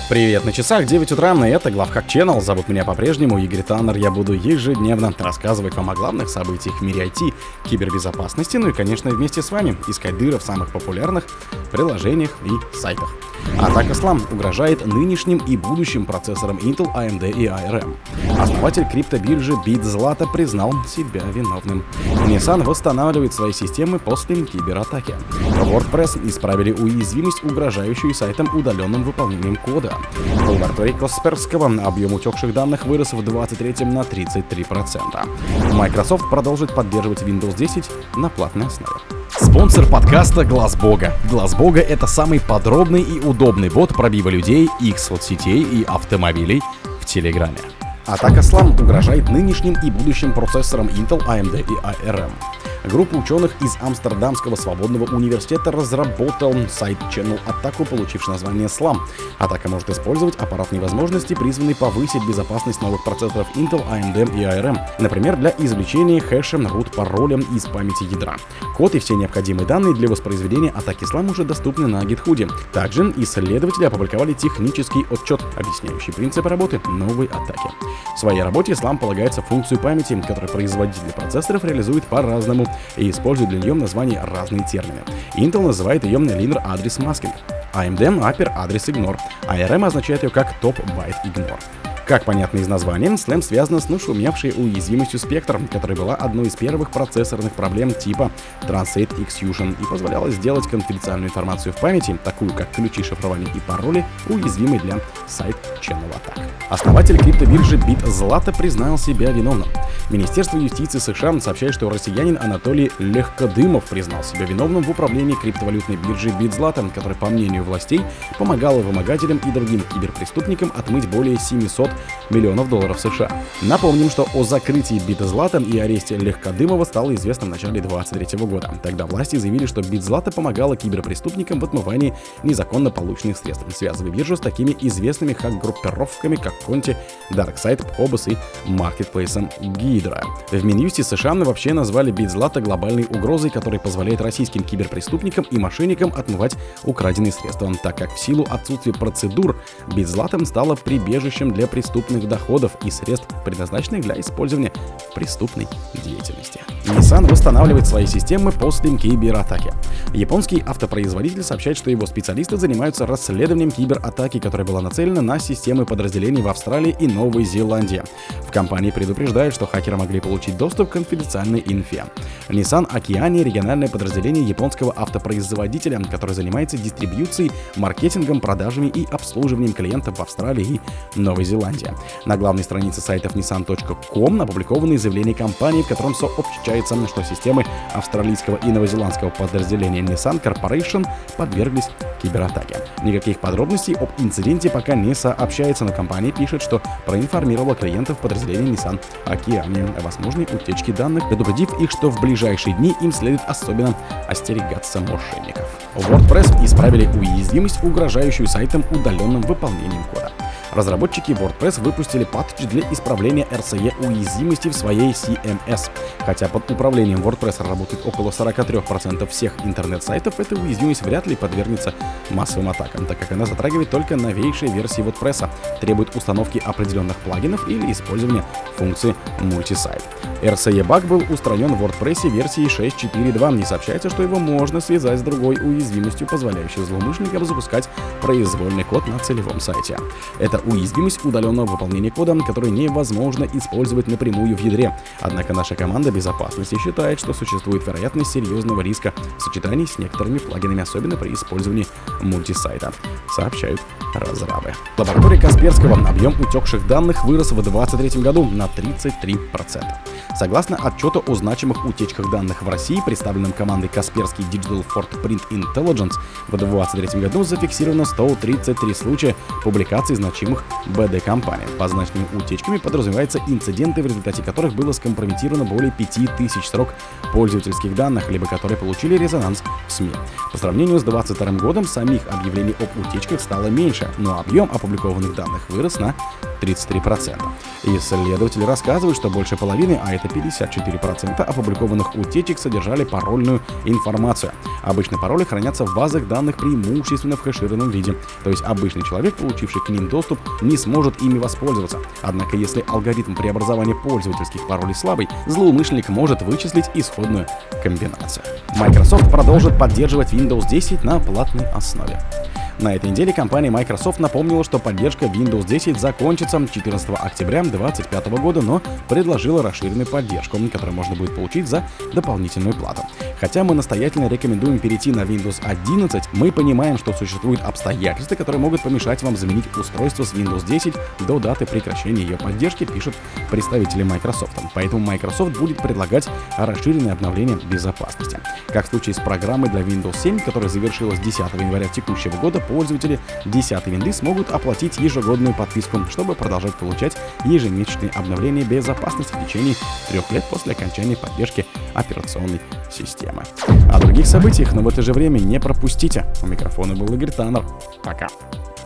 Привет, на часах 9 утра, и это Главхак Channel. Зовут меня по-прежнему Игорь Таннер. Я буду ежедневно рассказывать вам о главных событиях в мире IT, кибербезопасности, ну и, конечно, вместе с вами искать дыры в самых популярных приложениях и сайтах. Атака Slam угрожает нынешним и будущим процессорам Intel, AMD и ARM. Основатель криптобиржи BitZlata признал себя виновным. Nissan восстанавливает свои системы после кибератаки. WordPress исправили уязвимость, угрожающую сайтам удаленным выполнением кода. В лаборатории Касперского объем утекших данных вырос в 23-м на 33%. Microsoft продолжит поддерживать Windows 10 на платной основе. Спонсор подкаста Глаз Бога. Глаз Бога — это самый подробный и удобный бот пробива людей, их соцсетей и автомобилей в Телеграме. Атака Slam угрожает нынешним и будущим процессорам Intel, AMD и ARM. Группа ученых из Амстердамского свободного университета разработал сайт-ченнел-атаку, получившую название Slam. Атака может использовать аппаратные возможности, призванные повысить безопасность новых процессоров Intel, AMD и ARM, например, для извлечения хэша root-пароля из памяти ядра. Код и все необходимые данные для воспроизведения атаки Slam уже доступны на GitHub. Также исследователи опубликовали технический отчет, объясняющий принципы работы новой атаки. В своей работе Slam полагается функцию памяти, которую производители процессоров реализуют по-разному и используют для нее названия разные термины. Intel называет ее Linear Address Masking, AMD Upper Address Ignore, ARM означает ее как Top Byte Ignore. Как понятно из названия, Slam связана с нашумевшей уязвимостью Spectre, которая была одной из первых процессорных проблем типа Translate Execution и позволяла сделать конфиденциальную информацию в памяти, такую как ключи шифрования и пароли, уязвимой для сайт-ченнел атак. Основатель криптобиржи BitZlata признал себя виновным. Министерство юстиции США сообщает, что россиянин Анатолий Легкодымов признал себя виновным в управлении криптовалютной биржей BitZlata, которая, по мнению властей, помогала вымогателям и другим киберпреступникам отмыть более 700 миллионов долларов США. Напомним, что о закрытии BitZlata и аресте Легкодымова стало известно в начале 2023 года. Тогда власти заявили, что BitZlata помогала киберпреступникам в отмывании незаконно полученных средств, связывая биржу с такими известными хак-группировками, как Conti, DarkSide, Phobos и маркетплейсом Hydra. В Минюсте США вообще назвали BitZlata глобальной угрозой, которая позволяет российским киберпреступникам и мошенникам отмывать украденные средства, так как в силу отсутствия процедур BitZlata стала прибежищем для преступных доходов и средств, предназначенных для использования в преступной деятельности. Nissan восстанавливает свои системы после кибератаки. Японский автопроизводитель сообщает, что его специалисты занимаются расследованием кибератаки, которая была нацелена на системы подразделений в Австралии и Новой Зеландии. В компании предупреждают, что хакеры могли получить доступ к конфиденциальной инфе. Nissan Океания — региональное подразделение японского автопроизводителя, которое занимается дистрибьюцией, маркетингом, продажами и обслуживанием клиентов в Австралии и Новой Зеландии. На главной странице сайтов nissan.com опубликованы заявления компании, в котором сообщается, что системы австралийского и новозеландского подразделения Nissan Corporation подверглись кибератаке. Никаких подробностей об инциденте пока не сообщается, но компания пишет, что проинформировала клиентов подразделения Nissan Океания о возможной утечке данных, предупредив их, что в ближайшие дни им следует особенно остерегаться мошенников. WordPress исправили уязвимость, угрожающую сайтам удаленным выполнением кода. Разработчики WordPress выпустили патч для исправления RCE уязвимости в своей CMS. Хотя под управлением WordPress работает около 43% всех интернет-сайтов, эта уязвимость вряд ли подвергнется массовым атакам, так как она затрагивает только новейшие версии WordPress, требует установки определенных плагинов или использования функции мультисайт. RCE-баг был устранен в WordPress версии 6.4.2, и сообщается, что его можно связать с другой уязвимостью, позволяющей злоумышленникам запускать произвольный код на целевом сайте. Это уязвимость удаленного выполнения кода, которую невозможно использовать напрямую в ядре. Однако наша команда безопасности считает, что существует вероятность серьезного риска в сочетании с некоторыми плагинами, особенно при использовании мультисайта, сообщают разрабы. В лаборатории Касперского объем утекших данных вырос в 2023 году на 33%. Согласно отчету о значимых утечках данных в России, представленном командой Kaspersky Digital Footprint Intelligence, в 2023 году зафиксировано 133 случая публикаций значимых БД-компаний. По значимыми утечками подразумеваются инциденты, в результате которых было скомпрометировано более 5000 строк пользовательских данных, либо которые получили резонанс в СМИ. По сравнению с 2022 годом самих объявлений об утечках стало меньше. меньше, но объем опубликованных данных вырос на 33%. Исследователи рассказывают, что больше половины, а это 54% опубликованных утечек содержали парольную информацию. Обычно пароли хранятся в базах данных преимущественно в хэшированном виде, то есть обычный человек, получивший к ним доступ, не сможет ими воспользоваться. Однако, если алгоритм преобразования пользовательских паролей слабый, злоумышленник может вычислить исходную комбинацию. Microsoft продолжит поддерживать Windows 10 на платной основе. На этой неделе компания Microsoft напомнила, что поддержка Windows 10 закончится 14 октября 2025 года, но предложила расширенную поддержку, которую можно будет получить за дополнительную плату. Хотя мы настоятельно рекомендуем перейти на Windows 11, мы понимаем, что существуют обстоятельства, которые могут помешать вам заменить устройство с Windows 10 до даты прекращения ее поддержки, пишут представители Microsoft. Поэтому Microsoft будет предлагать расширенное обновление безопасности. Как в случае с программой для Windows 7, которая завершилась 10 января текущего года, пользователи 10 винды смогут оплатить ежегодную подписку, чтобы продолжать получать ежемесячные обновления безопасности в течение 3 лет после окончания поддержки операционной системы. О других событиях, но в это же время не пропустите. У микрофона был Игорь Таннер. Пока.